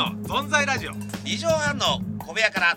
の存在ラジオ。 2畳半の小部屋から。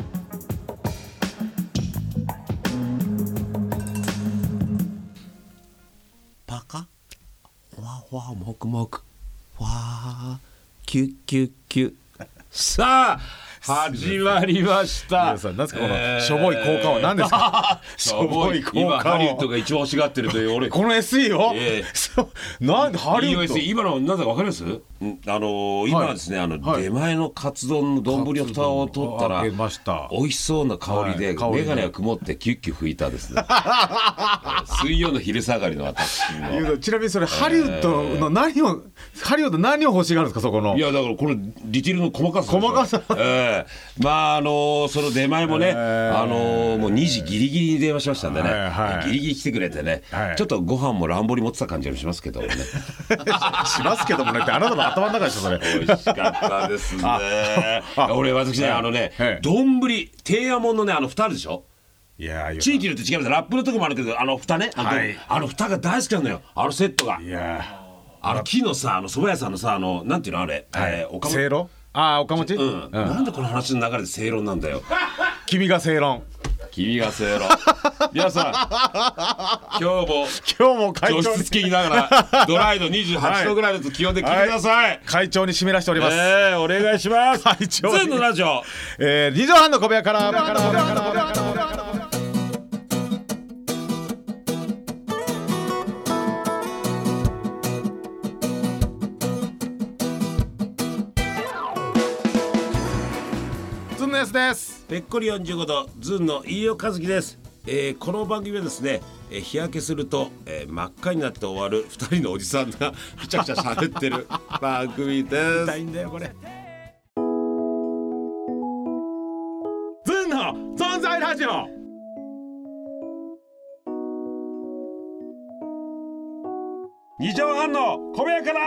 パカフワフワモクモクフワキュッキュッキュ。さあ始まりました。 皆さん何ですかこのしょぼい効果は何ですかしょぼい効果今ハリウッドが一番欲しがってるという俺この SE を、なんでハリウッド今の何だか分かります？今ですね出前のカツ丼の丼の蓋を取ったら美味しそうな香りで眼鏡が曇ってキュッキュ吹いたですね水曜の昼下がりの私のちなみにそれハリウッドの何を欲しがるんですかそこの。 いやだからこのディティールの細かさまあその出前もねもう2時ギリギリに電話しましたんでね、ギリギリ来てくれてね、ちょっとご飯も乱暴に持ってた感じがしますけどもねしますけどもねってあなたの頭の中でしょそれ。 美味しかったですね私ね丼低野門のね蓋あるでしょ。 いや地域によって違います。ラップのとこもあるけど蓋ね蓋が大好きなのよセットが。いや木のさ蕎麦屋さんのさなんていうのあれせいろおかもち、 なんでこの話の流れで正論なんだよ君が正論皆さん今日も除湿機着ながらドライの28度ぐらいの気温で聞いてください。 会長に湿らしております。 お願いします。 会長ズンのラジオ 2畳半の小部屋からズンのやすです。 ぺっこり45度ズンの飯尾和樹です。この番組はですね、日焼けすると、真っ赤になって終わる2人のおじさんがくちゃくちゃ喋ってる番組です。 痛いんだよこれ。ズンの存在ラジオ。 2畳半の小部屋から。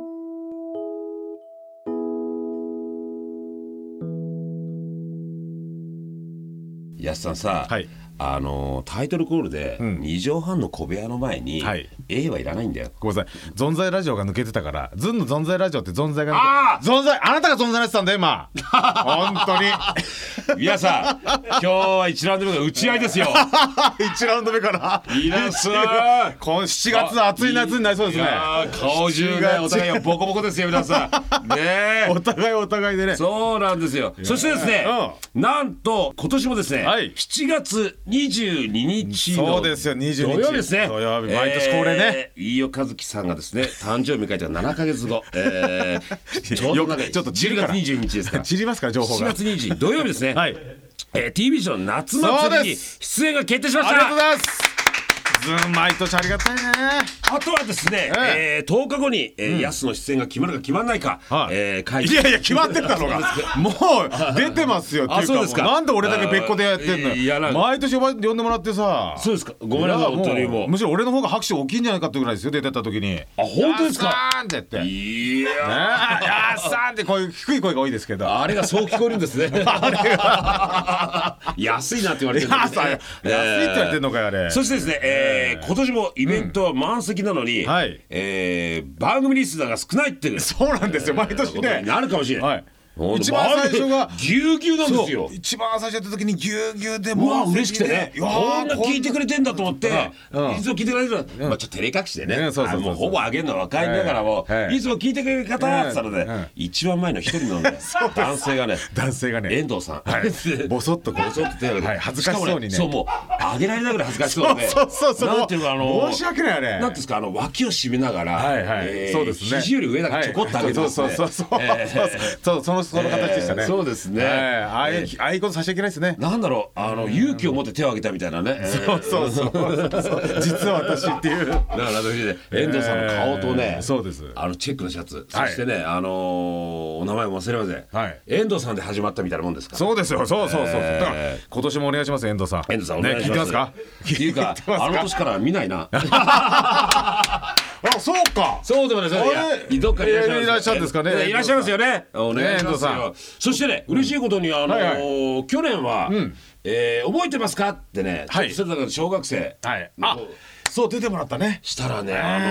安さんさ、タイトルコールで2畳半の小部屋の前に A はいらないんだよ。 ごめんなさい、存在ラジオが抜けてたからズンの存在ラジオって存在があなたが存在らせたんだよ今本当に皆さん今日は1ラウンド目が打ち合いですよ 1ラウンド目から皆さん今7月暑い夏になりそうですね。 顔中ねお互いボコボコですよ皆さんねお互いでね。 そうなんですよ。そしてですね、なんと今年もですね、7月22日のそうですよ22日土曜日ですね。 土曜日毎年恒例ね、 飯尾和樹さんがですね誕生日迎えた7ヶ月後ちょっと10月22日ですから散りますから情報が。 7月22日土曜日ですね、TBC の夏祭りに出演が決定しました。 ありがとうございます。毎年ありがたいね。 あとはですね、10日後にヤスの出演が決まるか決まらないか、 いや決まってたのがもう出てますよっていうか、なんで俺だけ別個でやってんのよ。毎年呼んでもらってさ。 そうですか、ごめんなさい。本当にもうむしろ俺の方が拍手大きいんじゃないかってぐらいですよ出てた時に。 本当ですか。 ヤッサーンってやって、いやヤッサーンってこういう低い声が多いですけど、 あれがそう聞こえるんですね安いなって言われてるんですね。 安いって言われてんのかよあれ。 そしてですね、今年もイベントは満席なのに、番組リスナーが少ないっていう。 そうなんですよ毎年ね。 なるかもしれない。 一番最初がぎゅうぎゅうなんですよ。 一番最初やった時にぎゅうぎゅうでもう嬉しくてね、こんな聞いてくれてんだと思って、いつも聞いてくれてる、ちょっと照れ隠しでね、もうほぼあげるのは若いながらもいつも聞いてくれる方って言ったらね、一番前の一人の男性がね遠藤さんボソッと手を挙げて恥ずかしそうにね、 そうもうあげられながら恥ずかしそうで、なんていうか申し訳ないあれ、 なんですか脇を締めながら肘より上だけちょこっと上げてますね。 その形でしたね。 そうですね。 ああいうことさせちゃいけないですね。 なんだろう、勇気を持って手を挙げたみたいなね。 そう実は私っていう。だから遠藤さんの顔とね、 そうです。 チェックのシャツ、そしてねお名前も忘れません。遠藤さんで始まったみたいなもんですか。 そうですよ。そう。だから今年もお願いします遠藤さん。 遠藤さんお願いします。 聞いてますか。 っていうか年から見ないな。 そうか。 そうでもないです。どっかにいらっしゃるんですかね。 いらっしゃいますよね。お願いしますよ。そしてね、嬉しいことに去年は覚えてますかってね、それだから小学生そう出てもらったね。 したらね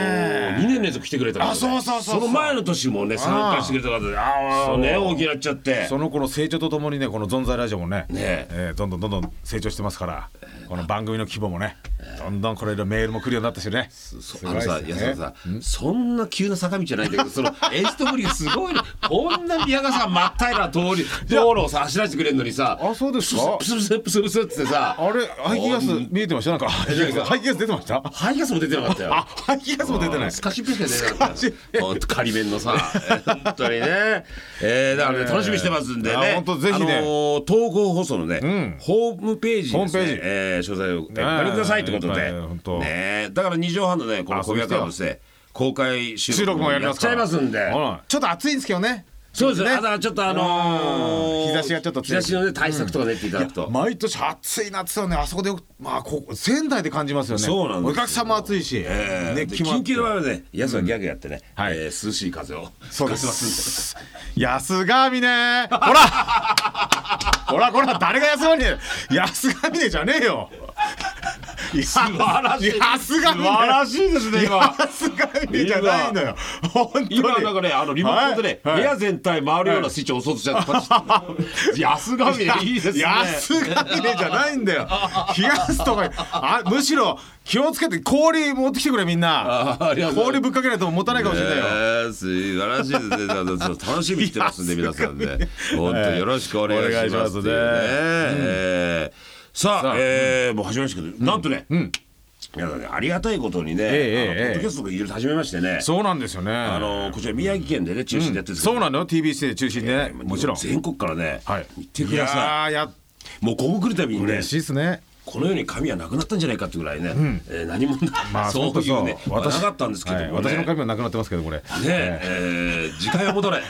2年連続来てくれたから、 そうその前の年もね参加してくれた方でね大きくなっちゃって、 その頃成長とともにねこの存在ラジオもねどんどん成長してますから、この番組の規模もねどんどんこれでメールも来るようになったしね。 あのさ安田さん、そんな急な坂道じゃないんだけど、その演出ぶりがすごいの。こんな宮川さん真っ平ら道路をさ走らせてくれるのにさ、 あ、そうですか。 プスプスってさ、 あれ排気ガス見えてました？なんか排気ガス出てました？ 排気ガスも出てなかったよ。 あ、排気ガスも出てない。 スカシップしか出てなかったよ。仮面のさ、本当にね。だからね楽しみにしてますんでね。 本当ぜひね。 統合放送のねホームページにですね詳細をご覧くださいってことでね。だから2畳半のねこの小部屋からですね公開収録もやっちゃいますんで、 ちょっと暑いんですけどね。 そうですね。だからちょっと日差しがちょっと日差しのね対策とか練っていただくと、 毎年暑い夏はねあそこでまあここ仙台で感じますよね。 そうなんです。 お客さんも暑いし、 熱気も。緊急の場合はね、やつはギャグやってね、涼しい風を吹かせますんで。安上峰、ほら誰が安上峰？安上峰じゃねえよ。 素晴らしい。 素晴らしいですね今。 安上峰じゃないのよ。 今なんかねリモコンでね部屋全体回るようなスイッチを押そうとしちゃって。安上峰いいですね。 安上峰じゃないんだよ。冷やすとかむしろ気をつけて氷持ってきてくれみんな。氷ぶっかけないと持たないかもしれないよ。 素晴らしいですね。楽しみにしてますんで皆さんね。本当よろしくお願いしますね。さあもう始めましたけど、なんとね皆さんねありがたいことにねポッドキャストとかいろいろ始めましてね。 そうなんですよね。 こちら宮城県でね中心でやってるんですけど、 そうなのよ TBC で中心でね、もちろん全国からね見てください。もうここ来るたびにね嬉しいですね。 この世に神はなくなったんじゃないかってぐらいね何もそういうねなかったんですけどもね。 私の神はなくなってますけどこれね時間を戻れね。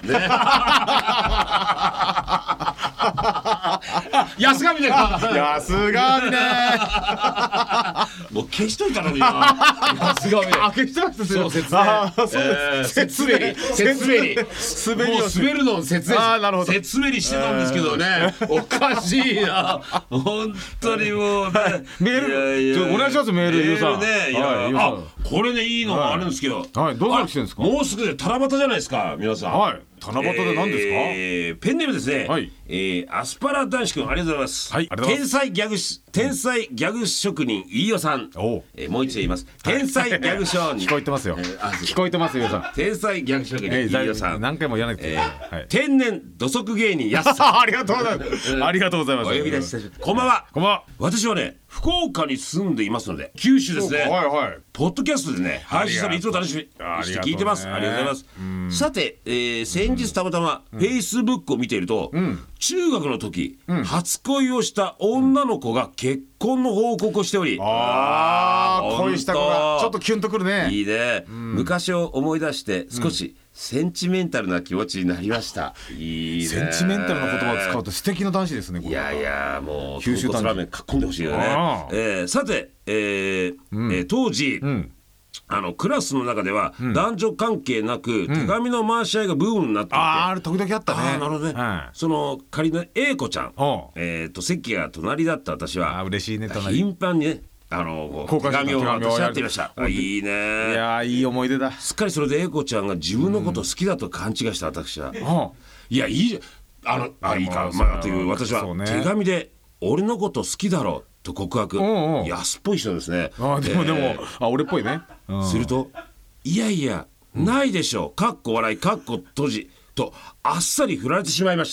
安上峰安上峰もう消しといたのにな。安上峰消してました。 そう説明にもう滑るの説明にしてたんですけどね。おかしいな本当にもう。 メールお願いします。メールゆうさんね。これねいいのがあるんですけど、 どんなの来てるんですか？ もうすぐで七夕じゃないですか皆さん。 はい、七夕で何ですか？ペンネームですね。アスパラ男子くんありがとうございます。天才ギャグ職人飯尾さん。もう一度言います。天才ギャグ商人。 聞こえてますよ。聞こえてますよ。 天才ギャグ職人飯尾さん。 何回も言わなくて。 天然土足芸人やすさん。 ありがとうございます。ありがとうございます。 お呼び出しして。こんばんは。 こんばんは。 私はね福岡に住んでいますので九州ですね。ポッドキャストでね配信したらいつも楽しみにして聞いてます。ありがとうございます。さて先日たまたまフェイスブックを見ていると中学の時初恋をした女の子が結婚の報告をしており、 恋した子がちょっとキュンとくるね。 いいね。昔を思い出して少しセンチメンタルな気持ちになりました。いいね。 センチメンタルな言葉を使うと素敵な男子ですね。 いやもう九州ラーメンかっこんでほしいよね。さて当時クラスの中では男女関係なく手紙の回し合いがブームになっていて、 あれ時々あったね。 なるほどね。その仮の A 子ちゃん席が隣だった私は嬉しいね。 頻繁にね手紙を渡し合っていました。いいね。 いやいい思い出だ。 すっかりそれで A 子ちゃんが自分のことを好きだと勘違いした私は、いやいいじゃんいいかという私は手紙で俺のこと好きだろうと告白。安っぽい人ですね。 でも俺っぽいね。 するといやいやないでしょかっこ笑いかっこ閉じとあっさり振られてしまいました。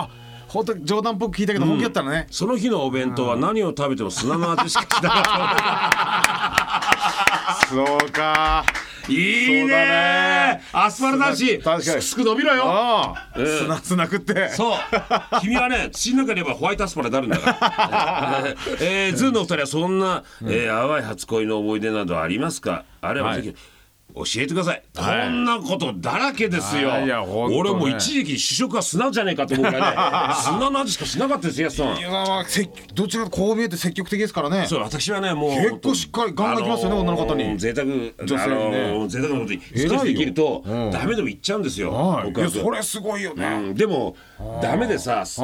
本当に冗談っぽく聞いたけど本気だったのね。 その日のお弁当は何を食べても砂の味しかしなかった。 そうか。 いいね。アスパラ男子すくすく伸びろよ。 砂食って。 そう君はね土の中にいればホワイトアスパラになるんだから。ズーのお二人はそんな淡い初恋の思い出などありますか？あれはぜひ教えてください。こんなことだらけですよ。俺も一時期主食は砂じゃねえかと思うからね。砂の味しかしなかったですよ。 どちらかこう見えて積極的ですからね。 そう私はねもう結構しっかりガンガンきますよね女の方に。 贅沢女性贅沢なことに少しできるとダメでも言っちゃうんですよ。 いやそれすごいよね。 でもダメでさ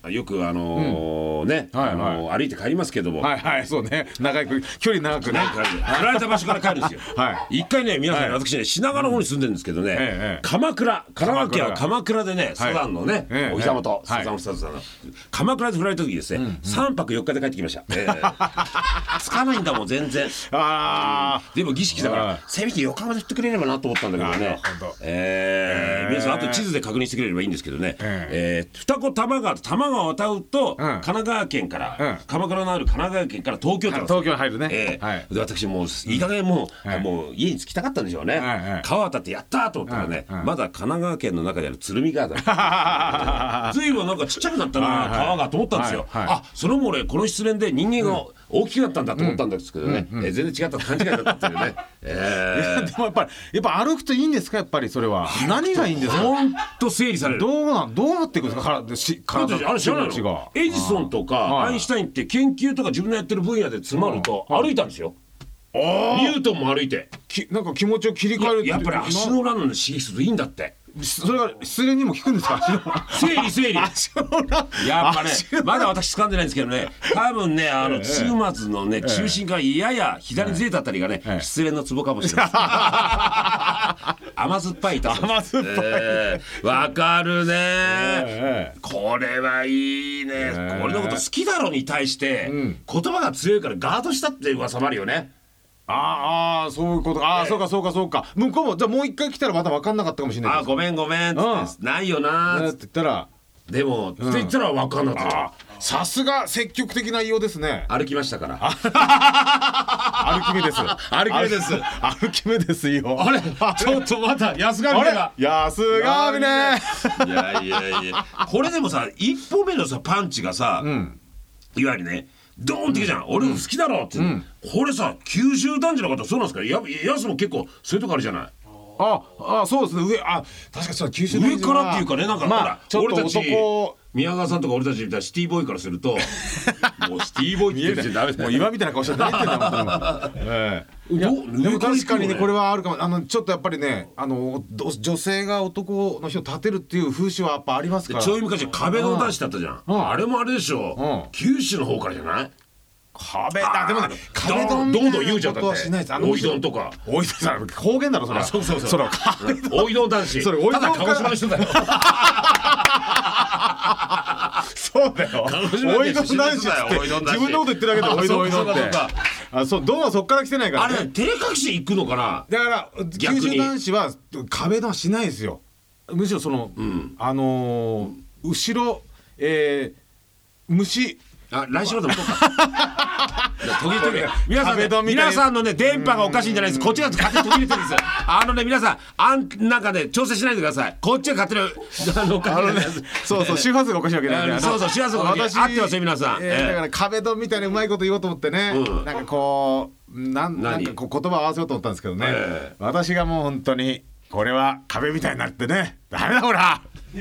よくね、歩いて帰りますけども、 はいはい、そうね、長い距離長くね、 振られた場所から帰るんですよ。一回ね、皆さん、私ね、品川の方に住んでるんですけどね、神奈川県は鎌倉でね、サザンのね、お膝元サザンオールスターズさんの鎌倉で振られた時ですね、3泊4日で帰ってきました。つかないんだもん全然。でも儀式だからせめて横浜で振ってくれればなと思ったんだけどね。皆さんあと地図で確認してくれればいいんですけどね、二子玉川を渡ると神奈川県から鎌倉のある神奈川県から東京都東京に入るね。 で私もういい加減もう家に着きたかったんでしょうね。川渡ってやったと思ったらね、まだ神奈川県の中である鶴見川だ。随分なんかちっちゃくなったな川がと思ったんですよ。あ、そのも俺この失恋で人間が大きくなったんだと思ったんですけどね、全然違った勘違いだったっていうね。 でもやっぱ歩くといいんですか、やっぱりそれは。何がいいんですか。 ほんと整理される。 どうなっていくんですか。 あれ知らないの。エジソンとかアインシュタインって研究とか自分のやってる分野で詰まると歩いたんですよ。ニュートンも歩いてなんか気持ちを切り替えるって。 やっぱり足の裏の刺激するといいんだって。 それが失恋にも効くんですか。 整理やっぱね、まだ私掴んでないんですけどね、多分ね中末のね中心からやや左にずれたあたりがね失恋のツボかもしれない。甘酸っぱいと。 甘酸っぱい。 わかるね。これはいいね。俺のこと好きだろに対して言葉が強いからガードしたって噂もあるよね。 そういうこと。そうか。向こうもじゃあもう一回来たらまた分かんなかったかもしれない。 ごめんってないよなって言ったら、 でもって言ったら分かんなかった。 さすが積極的な言いようですね。 歩きましたから。 歩き目です歩き目ですよ。 あれちょっとまた安上が安上ね。 いやこれでもさ一歩目のさパンチがさ、いわゆるねドーンってきじゃん。俺好きだろって、これさ90男児の方そうなんですか。やすも結構そういうとこあるじゃない。 そうですね。確かにそう90 男児上からっていうかね、なんかほら俺たち男宮川さんとか俺たちみたいなシティボーイからするともうシティボーイって言ってダメだよ。 もう今みたいな顔して何言ってんだもん。でも確かにねこれはあるかも。ちょっとやっぱりね女性が男の人を立てるっていう風習はやっぱありますから。 ちょい昔壁の男子だったじゃん。あれもあれでしょ。九州の方からじゃない。 壁だ。でもね壁どんどん言うじゃん。だっておいどんとかおいどんさん方言だろそれ。 そうおいどん男子。 それおいどんただ鹿児島の人だよ。 そうだよ。おいどん男子って自分のこと言ってるだけでおいどんって。そうどんはそっから来てないからね。 あれ照れ隠し行くのかな。 だから九州男子は壁ドンしないですよ。むしろその後ろ虫。 来週までもそうか。皆さんのね電波がおかしいんじゃないです。こっちが勝手に途切れてるんです。皆さんなんかね調整しないでください。こっちが勝手におかしいです。 そう周波数がおかしいわけない。 そう周波数がおかしい。合ってますよ皆さん。 だから壁ドンみたいにうまいこと言おうと思ってね。なんかこうなんかこう言葉を合わせようと思ったんですけどね。私がもう本当にこれは壁みたいになってね。ダメだほら。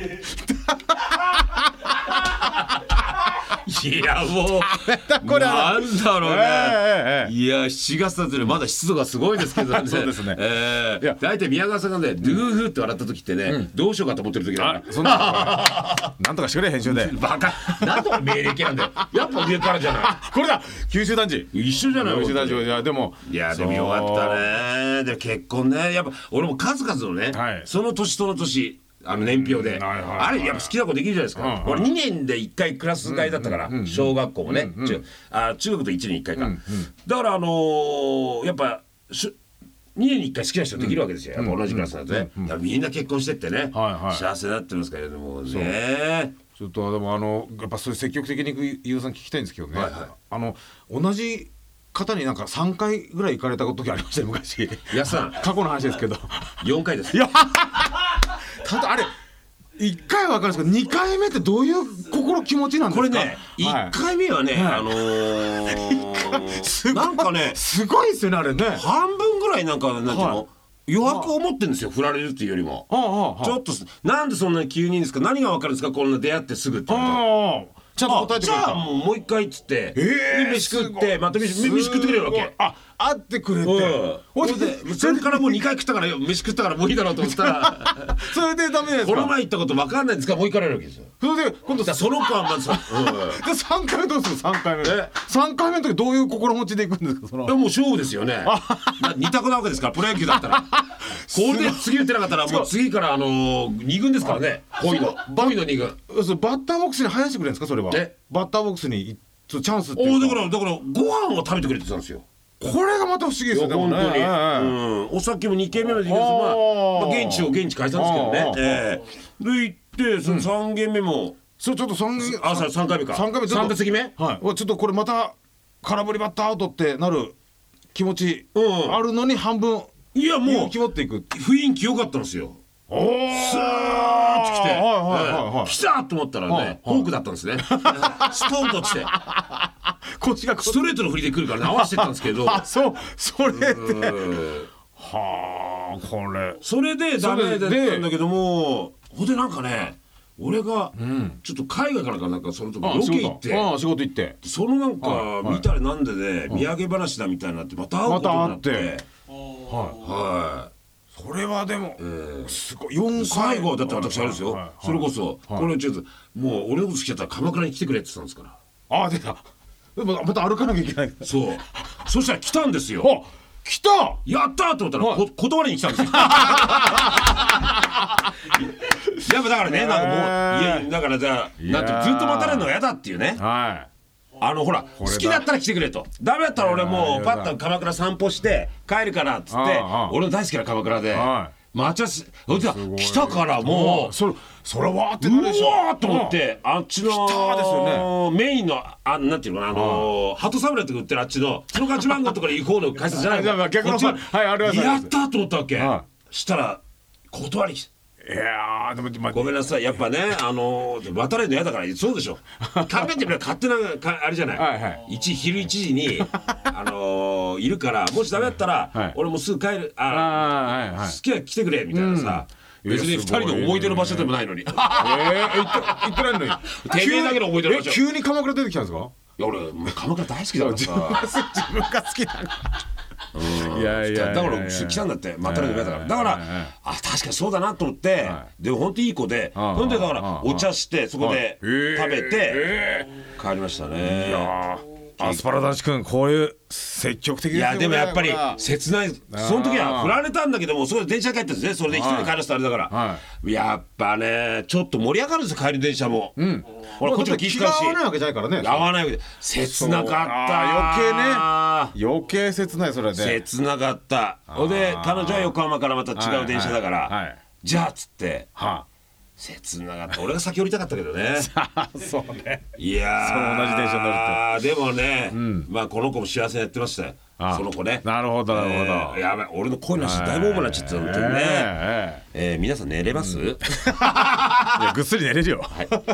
いやもうなんだろうね。いや7月だってまだ湿度がすごいですけどね。 そうですね。 大体宮川さんがねドゥーフって笑った時ってねどうしようかと思ってる時だ。 なんとかしてくれ編集で。 バカなんとか命令系なんだよ。やっぱ上からじゃない。 これだ九州男児一緒じゃない。 九州男児。いやでもよかったね。で結婚ねやっぱ俺も数々のねその年その年年表であれやっぱ好きな子できるじゃないですか。俺2年で1回クラス替えだったから小学校もね中学と1年1回か。だからやっぱ2年に1回好きな人できるわけですよ。やっぱ同じクラスなんでね。みんな結婚してってね幸せになってますからもうね。 ちょっとでもやっぱそういう積極的にいく飯尾さん聞きたいんですけどね。同じ方になんか3回ぐらい行かれた時ありましたよ昔。 やさん過去の話ですけど 4回です。 ただあれ1回は分かるんですけど2回目ってどういう気持ちなんですか。 これね1回目はねなんかねすごいですよねあれね。 半分ぐらいなんていうの余白を持ってるんですよ。振られるっていうよりもちょっとなんでそんなに急にいいんですか。何が分かるんですかこんな出会ってすぐって。 ちゃんと答えてくれた。 じゃあもう一回っつって、で飯食ってまた飯食ってくれるわけ。 会ってくれて、 それからもう2回食ったから飯食ったからもういいだろうと思ったらそれでダメですか。 この前行ったこと分かんないんですからもう一回やるわけですよ。 それで今度その間まず 3回目どうする。3回目3回目の時どういう心持ちで行くんですか。そのもう勝負ですよね。2択なわけですからプロ野球だったらこれで次打てなかったらもう次から2軍ですからね。恋の2軍。 バッターボックスに入らせてくれるんですか。それはバッターボックスにチャンスっていうか。 だからご飯を食べてくれって言ったんですよ。 これがまた不思議ですよね。 本当に、お酒も2軒目まで行けず、現地解散ですけどね。で行ってその3軒目もちょっと3回目か。3回目 3打席目。 ちょっとこれまた空振りバッターアウトってなる気持ちあるのに半分いやもう勇気持っていく。 雰囲気良かったんですよ。スーッと来て来たと思ったらねフォークだったんですね。ストンと落ちてこっちがストレートの振りで来るからね合わせてたんですけどそれではあこれそれでダメだったんだけどもほんでなんかね俺がちょっと海外からかなんかその時ロケ行って仕事行ってそのなんか見たらなんでね土産話だみたいになってまた会うことになってそれはでもすごい4回最後だって私あれですよそれこそこれちょっともう俺のこと好きだったら鎌倉に来てくれって言ったんですから。 出た。また歩かなきゃいけない。 そうそしたら来たんですよ。 来たやったと思ったら断りに来たんですよ。やっぱだからねなんかもうだからじゃあなんてずっと待たれるの嫌だっていうね。ほら好きだったら来てくれとダメだったら俺もうパッと鎌倉散歩して帰るからっつって俺の大好きな鎌倉で待ち合わせ来たからもうそれはってなるでしょ。 うわーと思ってあっちのメインのなんていうのかな鳩サブレって売ってるあっちのその勝ち番号とかで行こうの会社じゃないの逆のやったと思ったわけ。したら断り来て。 いやでもごめんなさいやっぱね渡れるの嫌だからそうでしょ。考えてみれば勝手なあれじゃない昼1時にいるからもしダメだったら俺もすぐ帰る好きは来てくれみたいなさ別に2人の思い出の場所でもないのに行ってないのにてめえだけの思い出の場所。 急に鎌倉出てきたんですか。 いや俺鎌倉大好きだからさ自分が好きだからいやだから来たんだって待たれるの嫌だからだから確かにそうだなと思ってでも本当いい子でほんでだからお茶してそこで食べて帰りましたね。 いやアスパラ男子くんこういう積極的ですよね。 いやでもやっぱり切ないその時は振られたんだけどもそこで電車帰ったんですね。それで一人で帰らせたあれだからやっぱねちょっちょっと盛り上がるんですよ帰り電車も。ほらこっちも気遣うし気が合わないわけじゃないからね。 合わないわけで切なかった余計切ないそれで切なかった。で彼女は横浜からまた違う電車だからじゃあっつって切なかった。俺が先降りたかったけどねそうね。 いやその同じ電車に乗るでもね、まあこの子も幸せにやってましたよその子ね。 なるほどなるほど。 やばい俺の声の話だいぶオーバーになっちゃった本当にね。皆さん寝れます？いやぐっすり寝れるよ。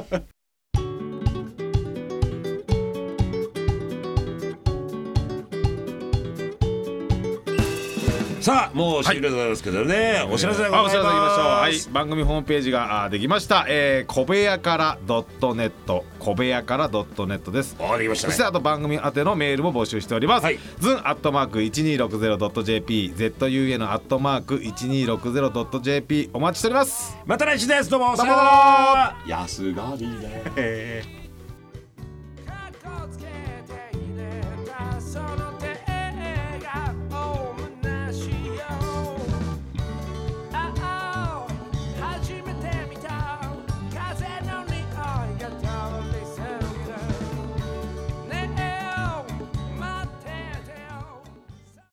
さあもう終了でございますけどね、お知らせでございます。 お知らせいきましょう。はい、番組ホームページができました。小部屋から .net 小部屋から .net です。 できましたね。 そしてあと番組宛てのメールも募集しております。zun@1260.jp zun@1260.jp お待ちしております。 また来週です。どうもさよなら。安がりね